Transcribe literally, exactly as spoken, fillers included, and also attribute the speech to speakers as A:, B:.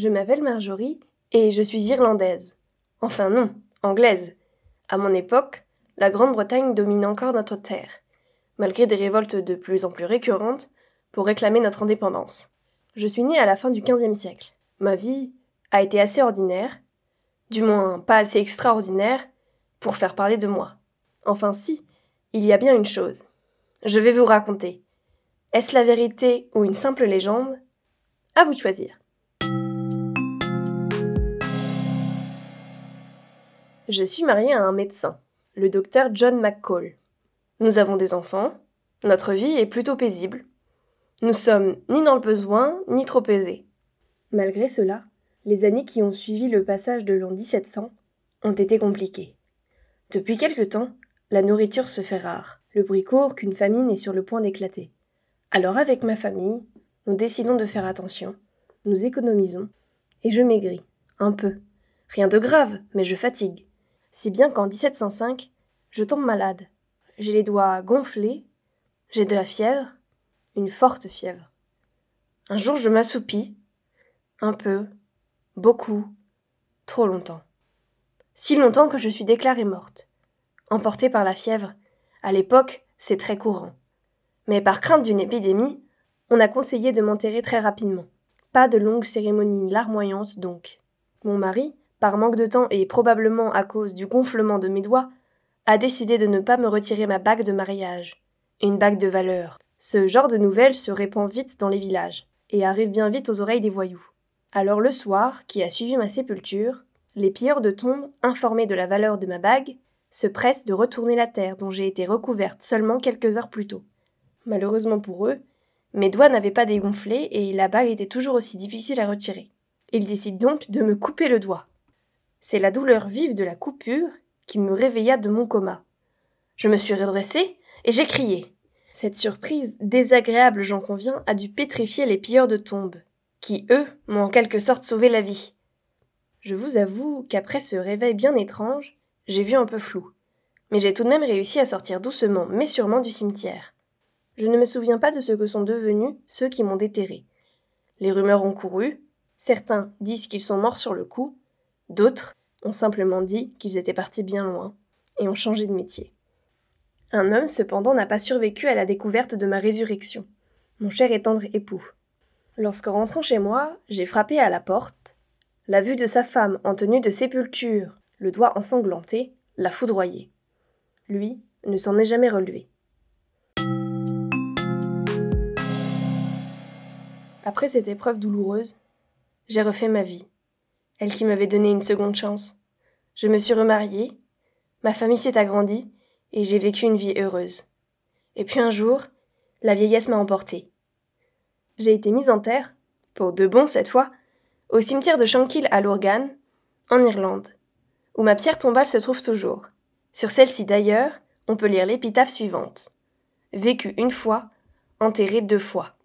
A: Je m'appelle Marjorie et je suis irlandaise. Enfin non, anglaise. À mon époque, la Grande-Bretagne domine encore notre terre, malgré des révoltes de plus en plus récurrentes pour réclamer notre indépendance. Je suis née à la fin du quinzième siècle. Ma vie a été assez ordinaire, du moins pas assez extraordinaire pour faire parler de moi. Enfin si, il y a bien une chose. Je vais vous raconter. Est-ce la vérité ou une simple légende ? À vous de choisir. Je suis mariée à un médecin, le docteur John McCall. Nous avons des enfants, notre vie est plutôt paisible. Nous sommes ni dans le besoin, ni trop aisés. Malgré cela, les années qui ont suivi le passage de l'an dix-sept cents ont été compliquées. Depuis quelque temps, la nourriture se fait rare. Le bruit court qu'une famine est sur le point d'éclater. Alors avec ma famille, nous décidons de faire attention, nous économisons, et je maigris, un peu. Rien de grave, mais je fatigue. Si bien qu'en dix-sept cent cinq, je tombe malade. J'ai les doigts gonflés, j'ai de la fièvre, une forte fièvre. Un jour je m'assoupis, un peu, beaucoup, trop longtemps. Si longtemps que je suis déclarée morte. Emportée par la fièvre, à l'époque, c'est très courant. Mais par crainte d'une épidémie, on a conseillé de m'enterrer très rapidement. Pas de longue cérémonie larmoyante donc. Mon mari, par manque de temps et probablement à cause du gonflement de mes doigts, a décidé de ne pas me retirer ma bague de mariage. Une bague de valeur. Ce genre de nouvelles se répand vite dans les villages, et arrive bien vite aux oreilles des voyous. Alors le soir, qui a suivi ma sépulture, les pilleurs de tombes, informés de la valeur de ma bague, se pressent de retourner la terre dont j'ai été recouverte seulement quelques heures plus tôt. Malheureusement pour eux, mes doigts n'avaient pas dégonflé et la bague était toujours aussi difficile à retirer. Ils décident donc de me couper le doigt. C'est la douleur vive de la coupure qui me réveilla de mon coma. Je me suis redressée et j'ai crié. Cette surprise, désagréable j'en conviens, a dû pétrifier les pilleurs de tombes, qui, eux, m'ont en quelque sorte sauvé la vie. Je vous avoue qu'après ce réveil bien étrange, j'ai vu un peu flou. Mais j'ai tout de même réussi à sortir doucement mais sûrement du cimetière. Je ne me souviens pas de ce que sont devenus ceux qui m'ont déterré. Les rumeurs ont couru, certains disent qu'ils sont morts sur le coup, d'autres ont simplement dit qu'ils étaient partis bien loin et ont changé de métier. Un homme, cependant, n'a pas survécu à la découverte de ma résurrection, mon cher et tendre époux. Lorsqu'en rentrant chez moi, j'ai frappé à la porte. La vue de sa femme en tenue de sépulture, le doigt ensanglanté, l'a foudroyé. Lui ne s'en est jamais relevé. Après cette épreuve douloureuse, j'ai refait ma vie, elle qui m'avait donné une seconde chance. Je me suis remariée, ma famille s'est agrandie, et j'ai vécu une vie heureuse. Et puis un jour, la vieillesse m'a emportée. J'ai été mise en terre, pour de bon cette fois, au cimetière de Shankill à Lurgan, en Irlande, où ma pierre tombale se trouve toujours. Sur celle-ci d'ailleurs, on peut lire l'épitaphe suivante. Vécu une fois, enterré deux fois.